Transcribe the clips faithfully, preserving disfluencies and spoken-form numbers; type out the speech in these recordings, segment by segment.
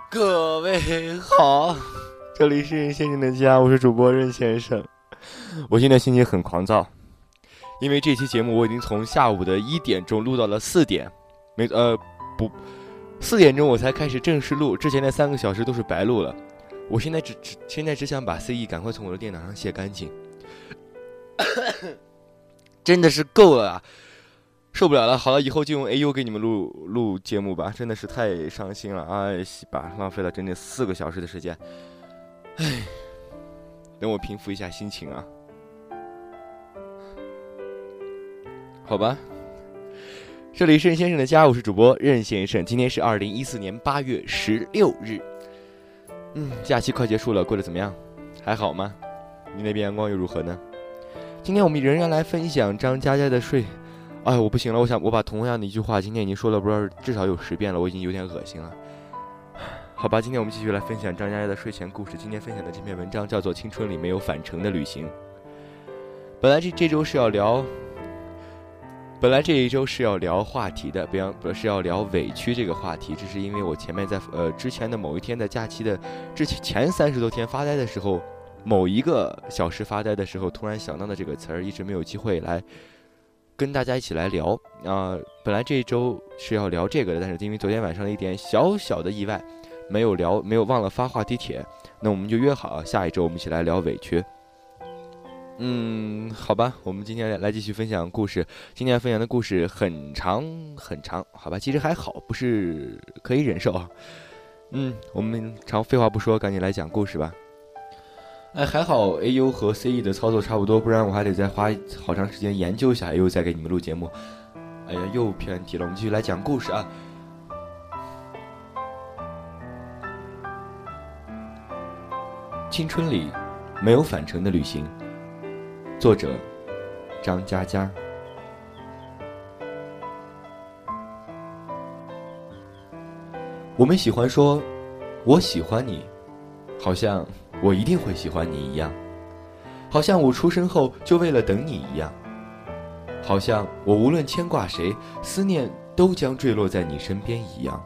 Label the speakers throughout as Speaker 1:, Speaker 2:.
Speaker 1: 各位好，这里是任先生的家，我是主播任先生。我现在心情很狂躁，因为这期节目我已经从下午的一点钟录到了四点，没呃不，四点钟我才开始正式录，之前的三个小时都是白录了。我现在只只现在只想把 C E 赶快从我的电脑上卸干净，真的是够了啊！受不了了，好了，以后就用 A U 给你们录录节目吧，真的是太伤心了，哎西吧，浪费了整整四个小时的时间，哎，等我平复一下心情啊，好吧，这里是任先生的家，我是主播任先生，今天是二零一四年八月十六日，嗯，假期快结束了，过得怎么样？还好吗？你那边阳光又如何呢？今天我们仍然来分享张嘉佳的睡。哎，我不行了，我想我把同样的一句话今天已经说了不知道至少有十遍了，我已经有点恶心了。好吧，今天我们继续来分享张嘉佳的睡前故事。今天分享的这篇文章叫做《青春里没有返程的旅行》。本来这这周是要聊，本来这一周是要聊话题的，比方是要聊委屈这个话题，这是因为我前面在呃之前的某一天的假期的之前三十多天发呆的时候，某一个小时发呆的时候，突然想到的这个词儿，一直没有机会来跟大家一起来聊啊、呃！本来这一周是要聊这个的，但是因为昨天晚上的一点小小的意外，没有聊，没有忘了发话题帖。那我们就约好下一周我们一起来聊委屈。嗯，好吧，我们今天来继续分享故事。今天分享的故事很长很长，好吧，其实还好，不是可以忍受。嗯，我们长废话不说，赶紧来讲故事吧。哎，还好 A U 和 C E 的操作差不多，不然我还得再花好长时间研究一下 A U 再给你们录节目。哎呀，又偏题了，我们继续来讲故事啊。青春里没有返程的旅行，作者张嘉佳。我们喜欢说我喜欢你，好像我一定会喜欢你一样，好像我出生后就为了等你一样，好像我无论牵挂谁，思念都将坠落在你身边一样。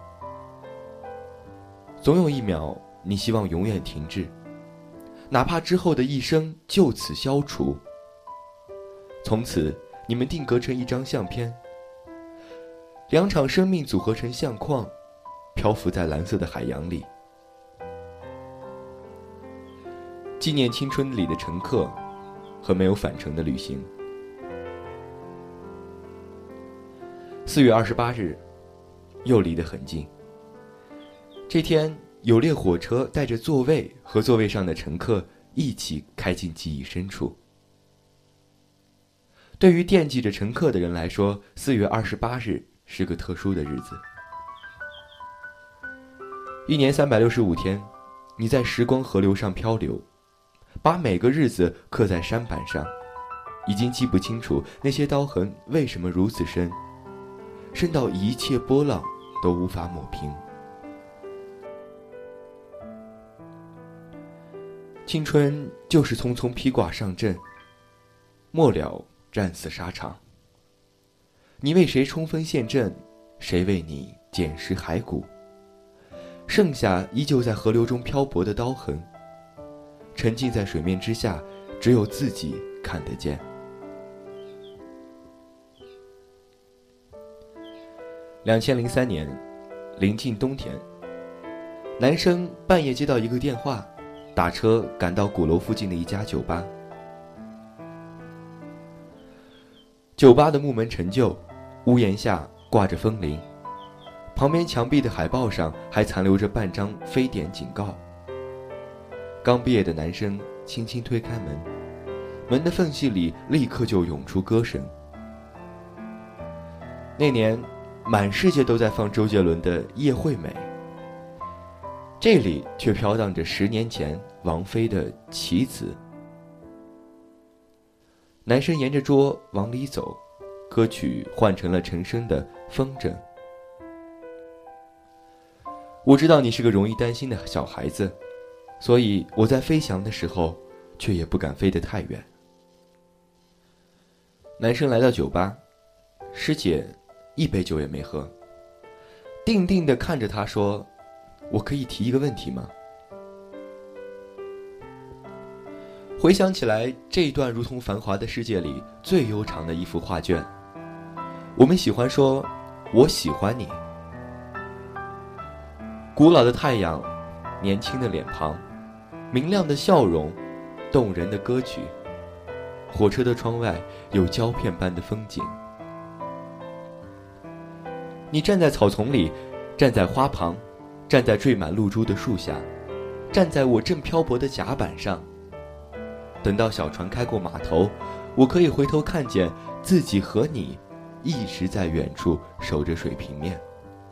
Speaker 1: 总有一秒你希望永远停滞，哪怕之后的一生就此消除，从此你们定格成一张相片，两场生命组合成相框，漂浮在蓝色的海洋里，纪念青春里的乘客和没有返程的旅行。四月二十八日，又离得很近。这天，有列火车带着座位和座位上的乘客一起开进记忆深处。对于惦记着乘客的人来说，四月二十八日是个特殊的日子。一年三百六十五天，你在时光河流上漂流，把每个日子刻在山板上，已经记不清楚那些刀痕为什么如此深，深到一切波浪都无法抹平。青春就是匆匆披挂上阵，末了战死沙场。你为谁冲锋陷阵，谁为你捡拾骸骨，剩下依旧在河流中漂泊的刀痕，沉浸在水面之下，只有自己看得见。两千零三年，临近冬天，男生半夜接到一个电话，打车赶到鼓楼附近的一家酒吧。酒吧的木门陈旧，屋檐下挂着风铃，旁边墙壁的海报上还残留着半张非典警告。刚毕业的男生轻轻推开门，门的缝隙里立刻就涌出歌声。那年满世界都在放周杰伦的《叶惠美》，这里却飘荡着十年前王菲的《棋子》。男生沿着桌往里走，歌曲换成了陈升的《风筝》。我知道你是个容易担心的小孩子，所以我在飞翔的时候，却也不敢飞得太远。男生来到酒吧，师姐一杯酒也没喝，定定地看着他说：“ 我可以提一个问题吗？回想起来，这一段如同繁华的世界里最悠长的一幅画卷。我们喜欢说我喜欢你。古老的太阳，年轻的脸庞，明亮的笑容，动人的歌曲，火车的窗外有胶片般的风景。你站在草丛里，站在花旁，站在缀满露珠的树下，站在我正漂泊的甲板上。等到小船开过码头，我可以回头看见自己和你一直在远处守着水平面。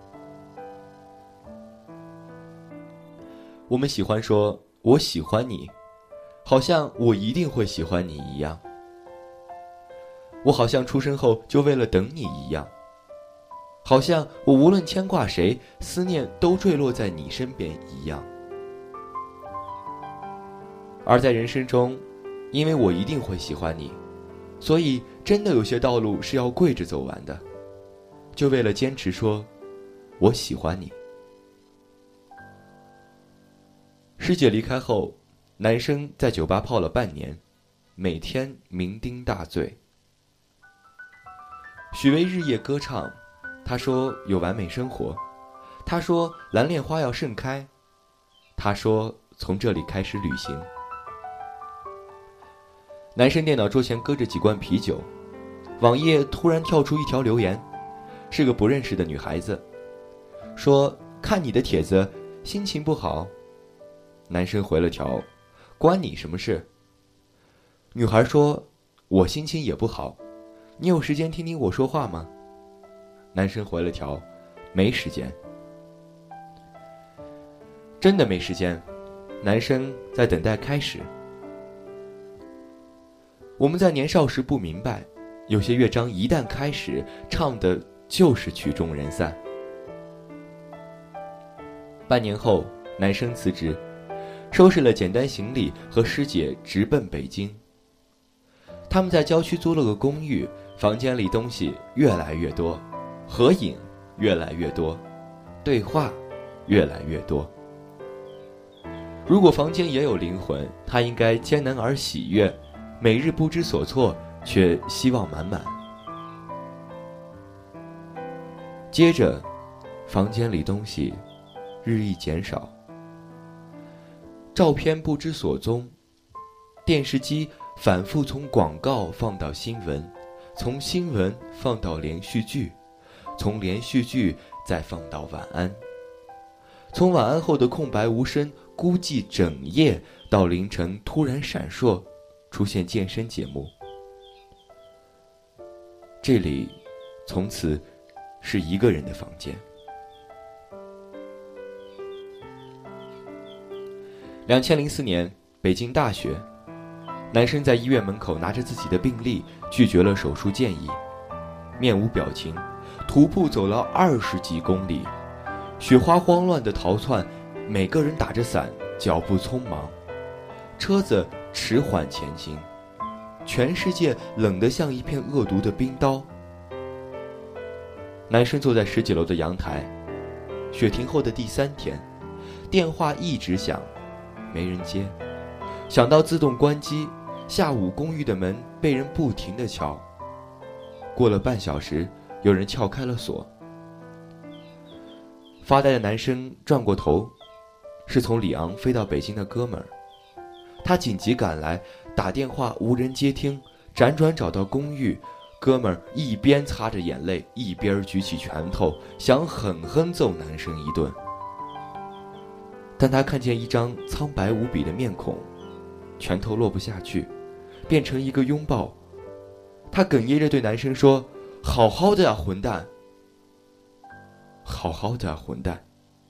Speaker 1: 我们喜欢说我喜欢你，好像我一定会喜欢你一样，我好像出生后就为了等你一样，好像我无论牵挂谁，思念都坠落在你身边一样。而在人生中，因为我一定会喜欢你，所以真的有些道路是要跪着走完的，就为了坚持说我喜欢你。师姐离开后，男生在酒吧泡了半年，每天酩酊大醉。许巍日夜歌唱，他说有完美生活，他说蓝莲花要盛开，他说从这里开始旅行。男生电脑桌前搁着几罐啤酒，网页突然跳出一条留言，是个不认识的女孩子，说看你的帖子心情不好。男生回了条关你什么事。女孩说我心情也不好，你有时间听听我说话吗？男生回了条没时间。真的没时间，男生在等待开始。我们在年少时不明白，有些乐章一旦开始，唱的就是曲终人散。半年后，男生辞职，收拾了简单行李，和师姐直奔北京。他们在郊区租了个公寓，房间里东西越来越多，合影越来越多，对话越来越多。如果房间也有灵魂，它应该艰难而喜悦，每日不知所措，却希望满满。接着，房间里东西日益减少，照片不知所踪，电视机反复从广告放到新闻，从新闻放到连续剧，从连续剧再放到晚安，从晚安后的空白无声，孤寂整夜，到凌晨突然闪烁，出现健身节目。这里从此是一个人的房间。两千零四年，北京大学，男生在医院门口拿着自己的病历，拒绝了手术建议，面无表情，徒步走了二十几公里，雪花慌乱的逃窜，每个人打着伞，脚步匆忙，车子迟缓前行，全世界冷得像一片恶毒的冰刀。男生坐在十几楼的阳台，雪停后的第三天，电话一直响，没人接，想到自动关机，下午公寓的门被人不停地敲，过了半小时，有人撬开了锁。发呆的男生转过头，是从里昂飞到北京的哥们儿，他紧急赶来，打电话无人接听，辗转找到公寓，哥们儿一边擦着眼泪，一边举起拳头，想狠狠揍男生一顿。但他看见一张苍白无比的面孔，拳头落不下去，变成一个拥抱。他哽咽着对男生说：好好的啊，混蛋，好好的啊，混蛋。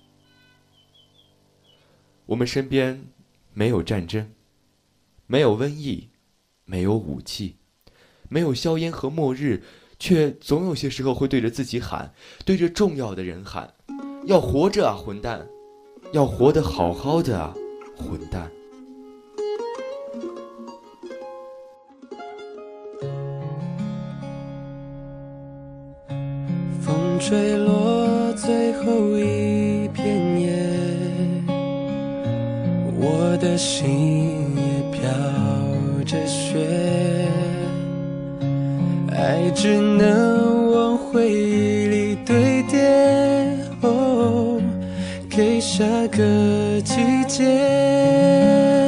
Speaker 1: 我们身边没有战争，没有瘟疫，没有武器，没有硝烟和末日，却总有些时候会对着自己喊，对着重要的人喊：要活着啊，混蛋，要活得好好的啊，混蛋。
Speaker 2: 风吹落最后一片叶， 心也飘着雪，爱只能往回忆里堆叠，哦，给下个季节。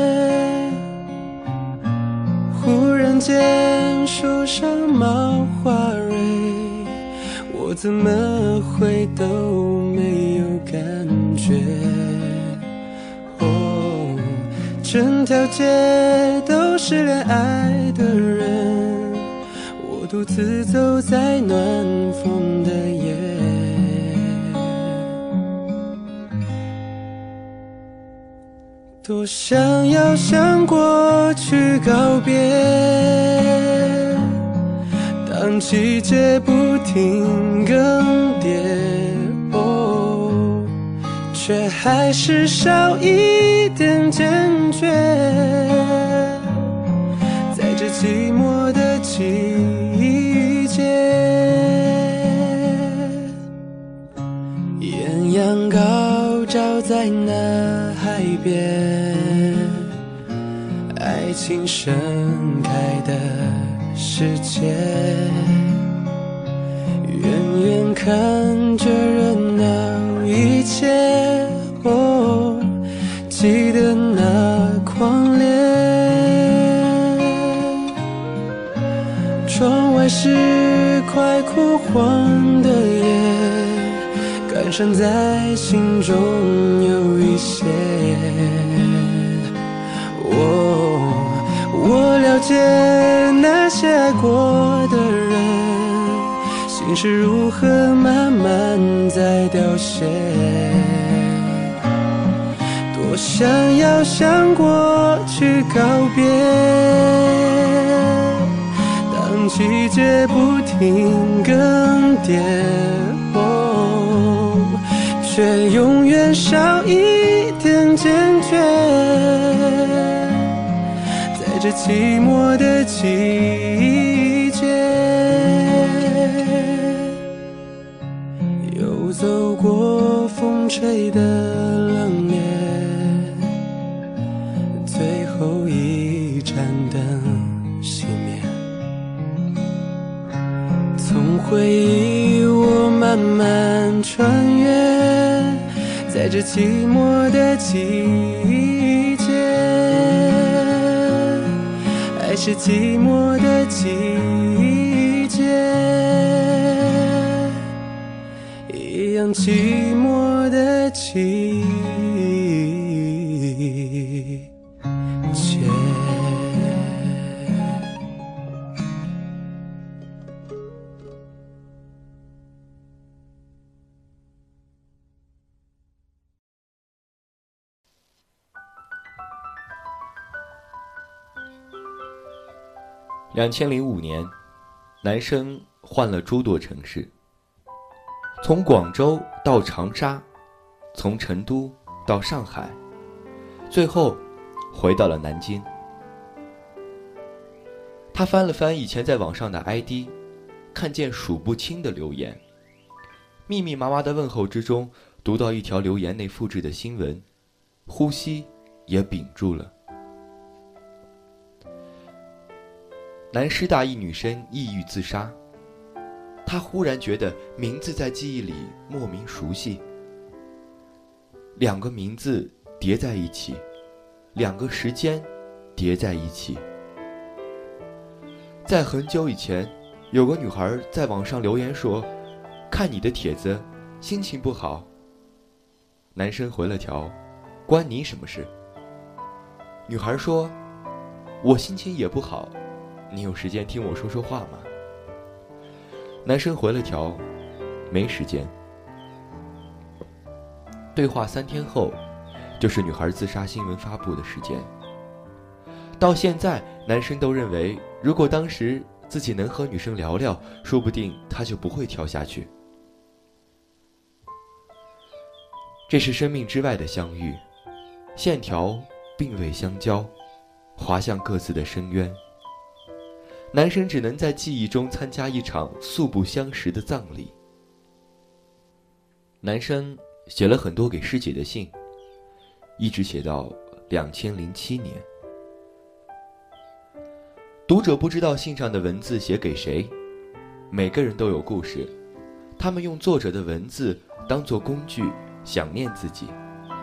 Speaker 2: 忽然间树上冒花蕊，我怎么会都没有感觉，哦，整条街都是恋爱的人，我独自走在暖风的夜，多想要向过去告别，当季节不停更迭，哦，却还是少一点坚决，在这寂寞的季节，艳阳高照在那海边，爱情盛开的世界，远远看着热闹一切，哦，记得那狂烈，窗外是快枯黄的叶，感伤在心中有一些，哦，我了解那些爱过的人，心是如何慢慢在凋谢，多想要向过去告别，当季节不停更迭，哦，却永远少一点坚决，在这寂寞的季节，又走过风吹的冷冽，最后一盏灯熄灭，从回忆我慢慢穿越，在这寂寞的季节，爱是寂寞的季节，一样寂寞的季节。
Speaker 1: 两千零五年，男生换了诸多城市，从广州到长沙，从成都到上海，最后回到了南京。他翻了翻以前在网上的 I D， 看见数不清的留言，密密麻麻的问候之中，读到一条留言内复制的新闻，呼吸也屏住了。南师大一女生抑郁自杀，她忽然觉得名字在记忆里莫名熟悉，两个名字叠在一起，两个时间叠在一起。在很久以前，有个女孩在网上留言说，看你的帖子心情不好。男生回了条，关你什么事？女孩说，我心情也不好，你有时间听我说说话吗？男生回了条，没时间。对话三天后，就是女孩自杀新闻发布的时间。到现在，男生都认为，如果当时自己能和女生聊聊，说不定他就不会跳下去。这是生命之外的相遇，线条并未相交，滑向各自的深渊。男生只能在记忆中参加一场素不相识的葬礼。男生写了很多给师姐的信，一直写到两千零七年。读者不知道信上的文字写给谁，每个人都有故事，他们用作者的文字当作工具，想念自己。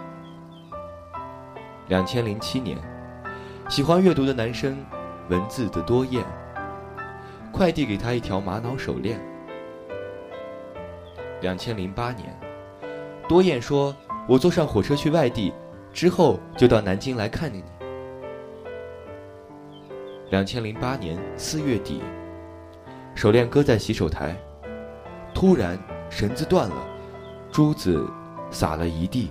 Speaker 1: 两千零七年，喜欢阅读的男生文字的多艳，快递给他一条玛瑙手链。两千零八年，多燕说，我坐上火车去外地，之后就到南京来看你。两千零八年四月底，手链搁在洗手台，突然绳子断了，珠子洒了一地。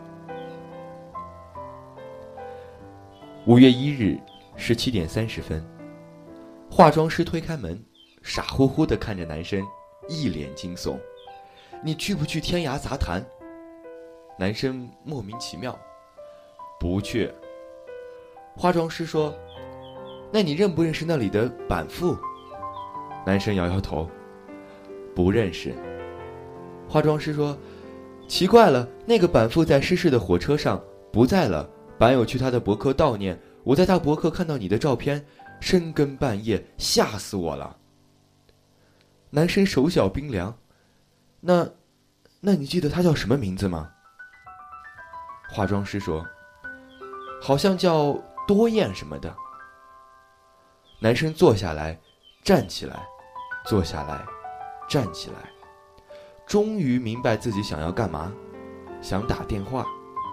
Speaker 1: 五月一日十七点三十分，化妆师推开门，傻乎乎地看着男生，一脸惊悚。你去不去天涯杂谈？男生莫名其妙，不去。化妆师说，那你认不认识那里的板父？男生摇摇头，不认识。化妆师说，奇怪了，那个板父在失事的火车上不在了，板友去他的博客悼念，我在他博客看到你的照片，深更半夜，吓死我了。男生手脚冰凉，那那你记得他叫什么名字吗？化妆师说，好像叫多燕什么的。男生坐下来，站起来，坐下来，站起来，终于明白自己想要干嘛，想打电话。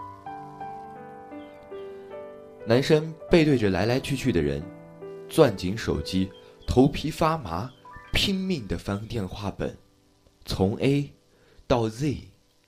Speaker 1: 男生背对着来来去去的人，攥紧手机，头皮发麻，拼命地翻电话本，从 A 到 Z。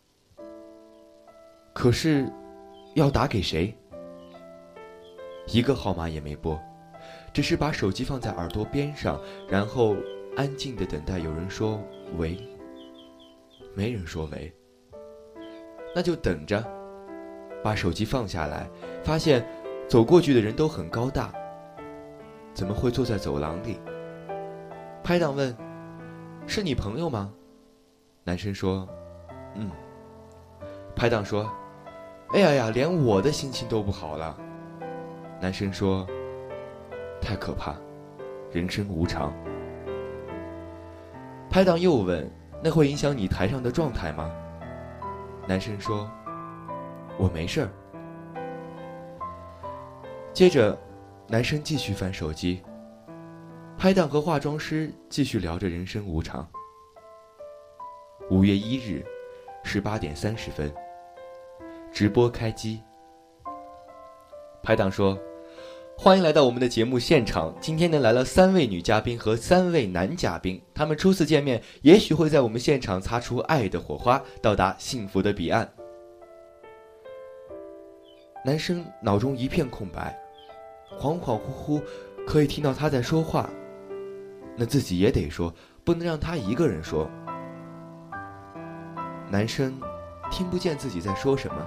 Speaker 1: 可是要打给谁？一个号码也没拨，只是把手机放在耳朵边上，然后安静地等待有人说喂。没人说喂，那就等着。把手机放下来，发现走过去的人都很高大，怎么会坐在走廊里？拍档问，是你朋友吗？男生说，嗯。拍档说，哎呀呀，连我的心情都不好了。男生说，太可怕，人生无常。拍档又问，那会影响你台上的状态吗？男生说，我没事儿。接着男生继续翻手机，拍档和化妆师继续聊着人生无常。五月一日十八点三十分，直播开机。拍档说，欢迎来到我们的节目现场，今天呢来了三位女嘉宾和三位男嘉宾，他们初次见面，也许会在我们现场擦出爱的火花，到达幸福的彼岸。男生脑中一片空白，恍恍惚惚可以听到他在说话，那自己也得说，不能让他一个人说。男生听不见自己在说什么。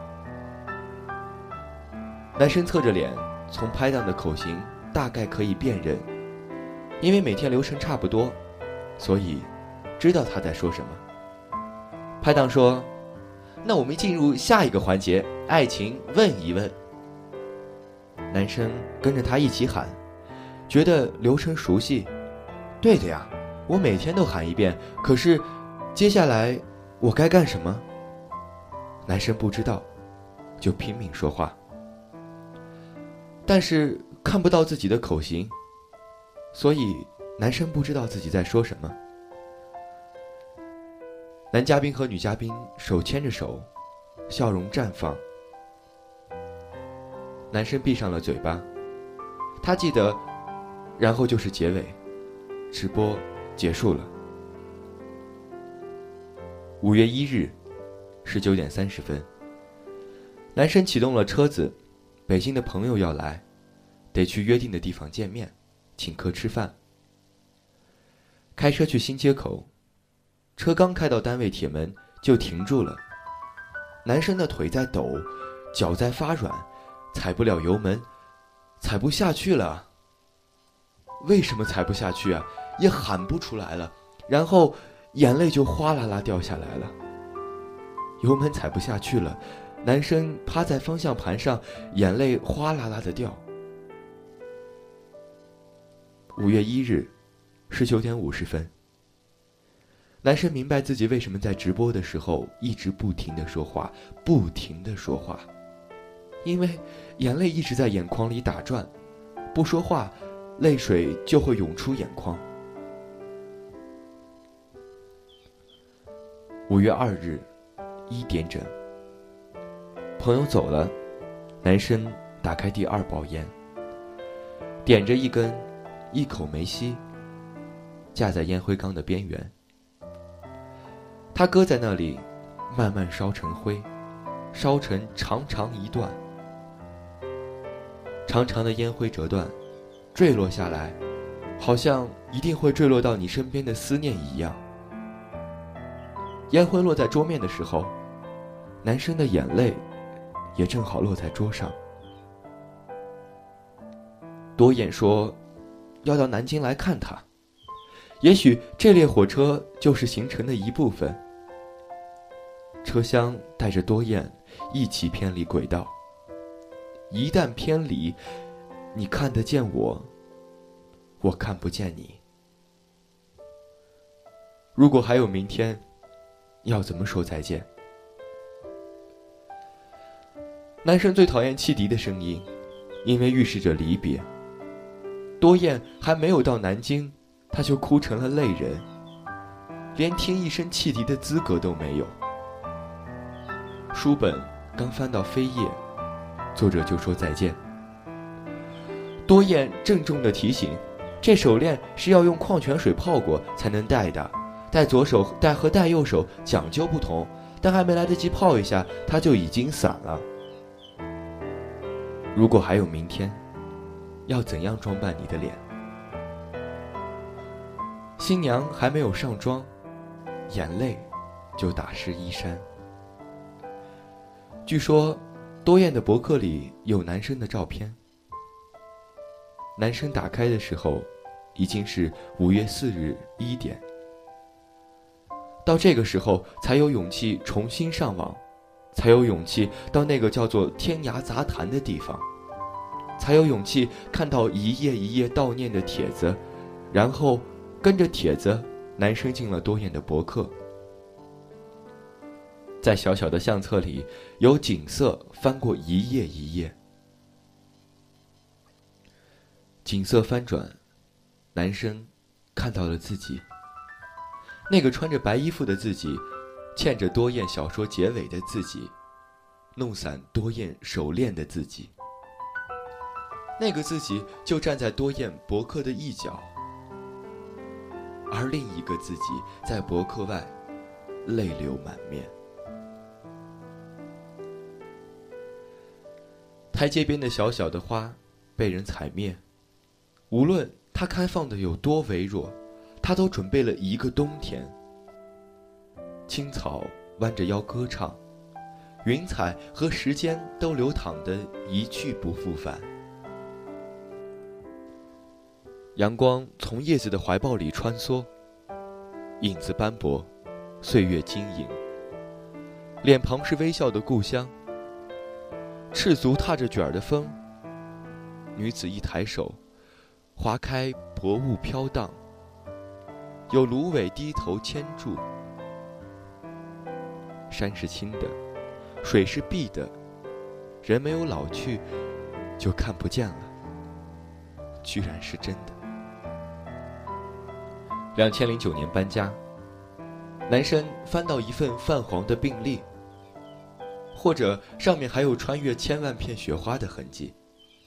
Speaker 1: 男生侧着脸，从拍档的口型大概可以辨认，因为每天流程差不多，所以知道他在说什么。拍档说，那我们进入下一个环节，爱情问一问。男生跟着他一起喊，觉得流程熟悉。对的呀，我每天都喊一遍，可是接下来我该干什么？男生不知道，就拼命说话，但是看不到自己的口型，所以男生不知道自己在说什么。男嘉宾和女嘉宾手牵着手，笑容绽放。男生闭上了嘴巴，他记得，然后就是结尾，直播结束了。五月一日十九点三十分，男生启动了车子，北京的朋友要来，得去约定的地方见面，请客吃饭。开车去新街口，车刚开到单位铁门就停住了。男生的腿在抖，脚在发软，踩不了油门，踩不下去了。为什么踩不下去啊？也喊不出来了，然后眼泪就哗啦啦掉下来了。油门踩不下去了， 男生趴在方向盘上，眼泪哗啦啦的掉。五月一日，十九点五十分。男生明白自己为什么在直播的时候一直不停的说话，不停的说话，因为眼泪一直在眼眶里打转，不说话，泪水就会涌出眼眶。五月二日，一点整。朋友走了，男生打开第二包烟，点着一根，一口没吸，架在烟灰缸的边缘。他搁在那里，慢慢烧成灰，烧成长长一段。长长的烟灰折断，坠落下来，好像一定会坠落到你身边的思念一样。烟灰落在桌面的时候，男生的眼泪也正好落在桌上。多燕说要到南京来看他，也许这列火车就是行程的一部分。车厢带着多燕一起偏离轨道，一旦偏离，你看得见我，我看不见你。如果还有明天，要怎么说再见？男生最讨厌汽笛的声音，因为预示着离别。多燕还没有到南京，他就哭成了泪人，连听一声汽笛的资格都没有。书本刚翻到扉页，作者就说再见。多燕郑重地提醒，这手链是要用矿泉水泡过才能戴的，戴左手戴和戴右手讲究不同，但还没来得及泡一下，它就已经散了。如果还有明天，要怎样装扮你的脸？新娘还没有上妆，眼泪就打湿衣衫。据说多燕的博客里有男生的照片，男生打开的时候已经是五月四日一点。到这个时候才有勇气重新上网，才有勇气到那个叫做天涯杂谈的地方，才有勇气看到一页一页悼念的帖子，然后跟着帖子男生进了多燕的博客。在小小的相册里，有景色翻过一页一页，景色翻转，男生看到了自己，那个穿着白衣服的自己，欠着多燕小说结尾的自己，弄散多燕手链的自己。那个自己就站在多燕博客的一角，而另一个自己在博客外泪流满面。台阶边的小小的花被人采灭，无论它开放的有多微弱，它都准备了一个冬天。青草弯着腰歌唱，云彩和时间都流淌得一去不复返。阳光从叶子的怀抱里穿梭，影子斑驳，岁月晶莹。脸庞是微笑的故乡，赤足踏着卷儿的风，女子一抬手，划开薄雾飘荡，有芦苇低头牵住。山是青的，水是碧的，人没有老去，就看不见了，居然是真的。两千零九年搬家，男生翻到一份泛黄的病历，或者上面还有穿越千万片雪花的痕迹。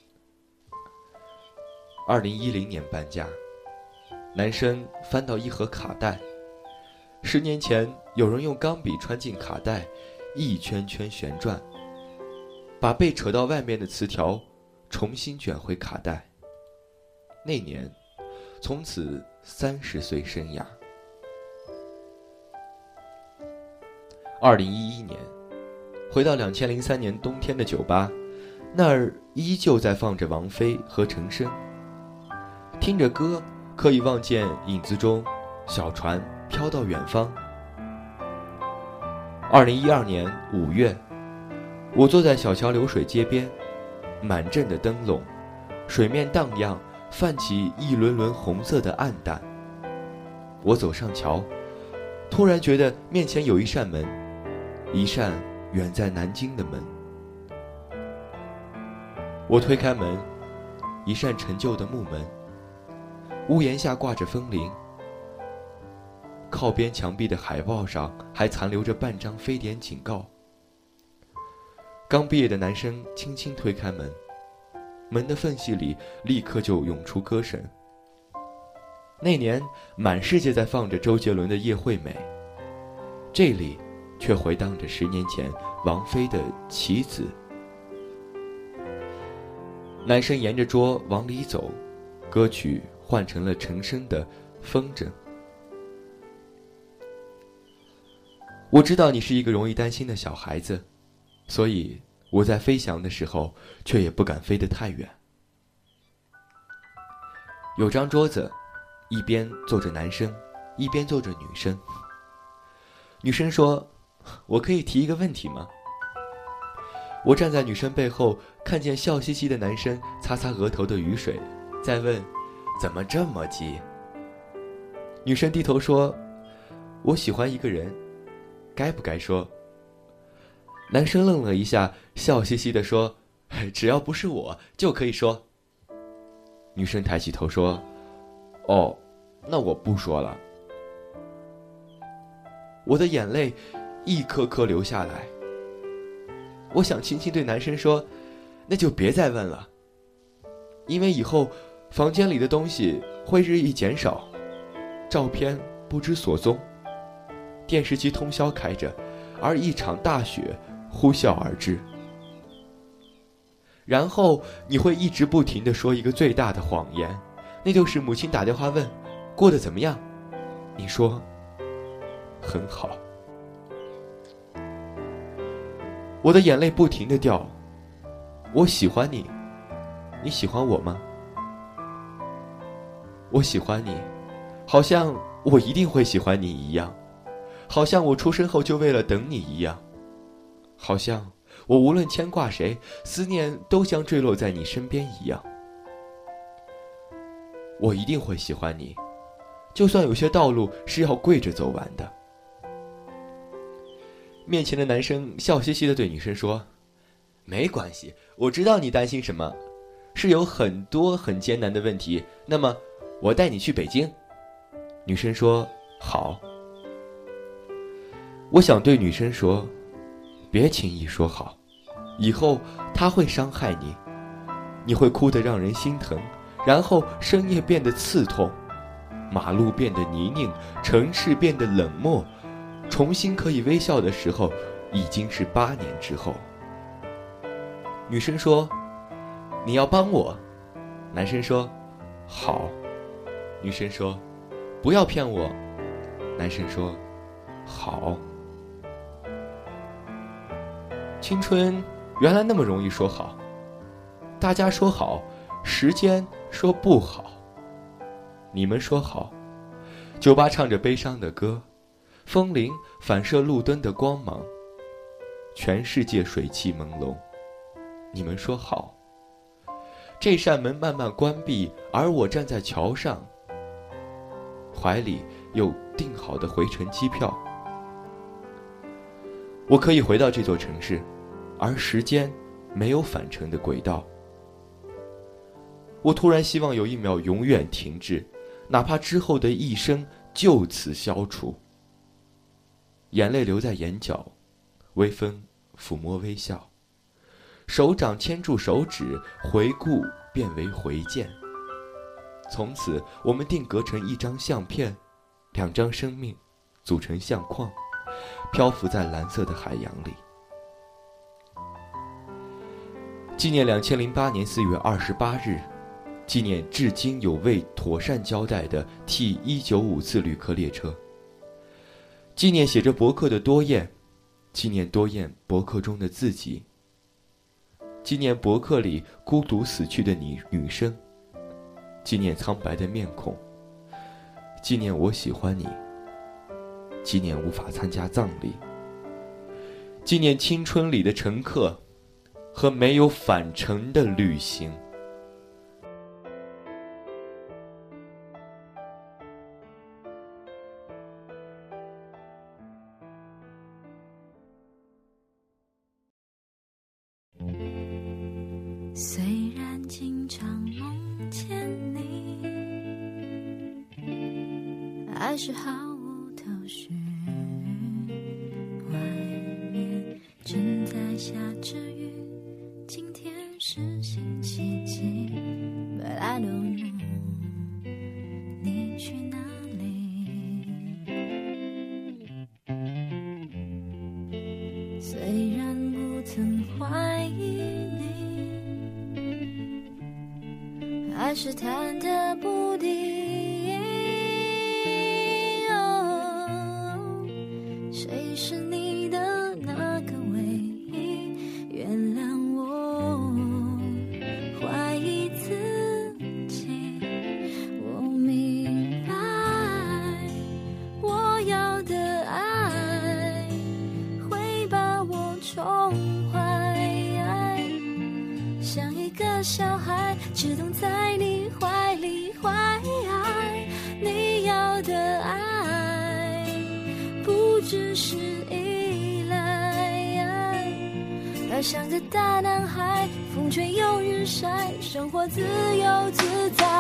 Speaker 1: 二零一零年搬家，男生翻到一盒卡带，十年前有人用钢笔穿进卡带，一圈圈旋转，把被扯到外面的磁条重新卷回卡带。那年从此三十岁生涯。二零一一年回到两千零三年冬天的酒吧，那儿依旧在放着王菲和陈升，听着歌可以望见影子中小船飘到远方。二零一二年五月， 我坐在小桥流水街边，满镇的灯笼，水面荡漾，泛起一轮轮红色的暗淡。我走上桥，突然觉得面前有一扇门，一扇远在南京的门。我推开门，一扇陈旧的木门，屋檐下挂着风铃，靠边墙壁的海报上还残留着半张非典警告。刚毕业的男生轻轻推开门，门的缝隙里立刻就涌出歌声。那年满世界在放着周杰伦的《叶惠美》，这里却回荡着十年前王菲的《棋子》。男生沿着桌往里走，歌曲换成了陈升的《风筝》。我知道你是一个容易担心的小孩子，所以我在飞翔的时候却也不敢飞得太远。有张桌子，一边坐着男生，一边坐着女生。女生说：“我可以提一个问题吗？”我站在女生背后，看见笑嘻嘻的男生擦擦额头的雨水，再问：“怎么这么急？”女生低头说：“我喜欢一个人，该不该说？”男生愣了一下，笑嘻嘻地说：“只要不是我，就可以说。”女生抬起头说：“哦，那我不说了。”我的眼泪一颗颗流下来。我想轻轻对男生说：“那就别再问了，因为以后房间里的东西会日益减少，照片不知所踪，电视机通宵开着，而一场大雪呼啸而至。然后你会一直不停地说一个最大的谎言，那就是母亲打电话问过得怎么样，你说很好。”我的眼泪不停地掉。我喜欢你，你喜欢我吗？我喜欢你，好像我一定会喜欢你一样，好像我出生后就为了等你一样，好像我无论牵挂谁，思念都将坠落在你身边一样。我一定会喜欢你，就算有些道路是要跪着走完的。面前的男生笑嘻嘻地对女生说：“没关系，我知道你担心什么，是有很多很艰难的问题，那么我带你去北京。”女生说：“好。”我想对女生说：“别轻易说好，以后他会伤害你，你会哭得让人心疼，然后深夜变得刺痛，马路变得泥泞，城市变得冷漠，重新可以微笑的时候，已经是八年之后。”女生说：“你要帮我。”男生说：“好。”女生说：“不要骗我。”男生说：“好。”青春原来那么容易说好，大家说好，时间说不好。你们说好，酒吧唱着悲伤的歌，风铃反射路灯的光芒，全世界水汽朦胧。你们说好，这扇门慢慢关闭，而我站在桥上，怀里有订好的回程机票。我可以回到这座城市，而时间没有返程的轨道。我突然希望有一秒永远停滞，哪怕之后的一生就此消除。眼泪流在眼角，微风抚摸微笑，手掌牵住手指，回顾变为回见。从此我们定格成一张相片，两张生命组成相框，漂浮在蓝色的海洋里。纪念两千零八年四月二十八日，纪念至今有未妥善交代的 T 一九五次旅客列车，纪念写着博客的多燕，纪念多燕博客中的自己，纪念博客里孤独死去的女女生，纪念苍白的面孔，纪念我喜欢你，纪念无法参加葬礼，纪念青春里的乘客， 和没有返程的旅行。
Speaker 3: 虽然经常梦见你，还是毫无头绪。外面正在下着雨，今天是星期几 But I don't know 你去哪里。虽然不曾怀疑你，还是忐忑不定。哦，谁是你的那个唯一？原谅我怀疑自己。我明白，我要的爱会把我宠坏，像一个小孩只懂在你怀里怀。你要的爱不只是依赖，要像个大男孩，风吹又日晒，生活自由自在。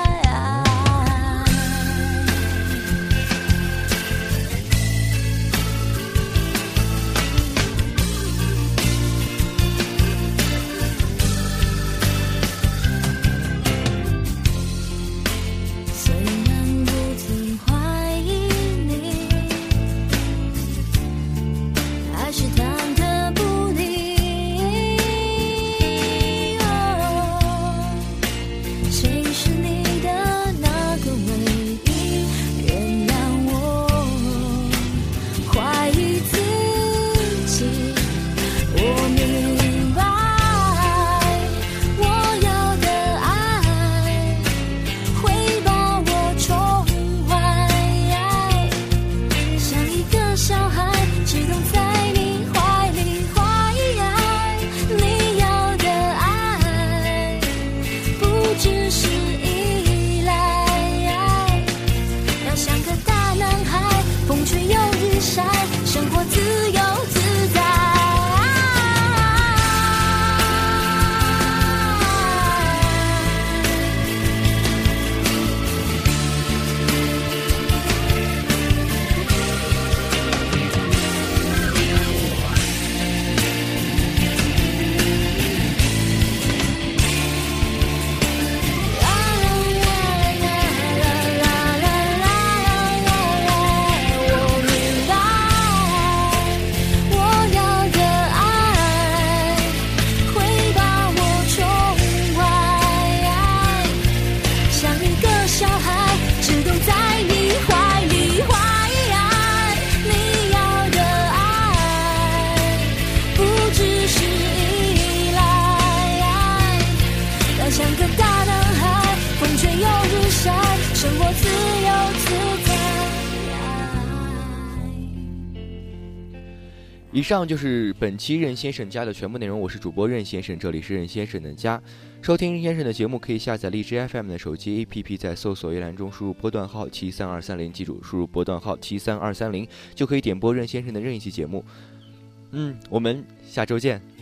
Speaker 1: 以上就是本期任先生家的全部内容，我是主播任先生，这里是任先生的家。收听任先生的节目可以下载荔枝 F M 的手机 A P P， 在搜索页栏中输入波段号七三二三零，记住输入波段号七三二三零就可以点播任先生的任意期节目。嗯，我们下周见。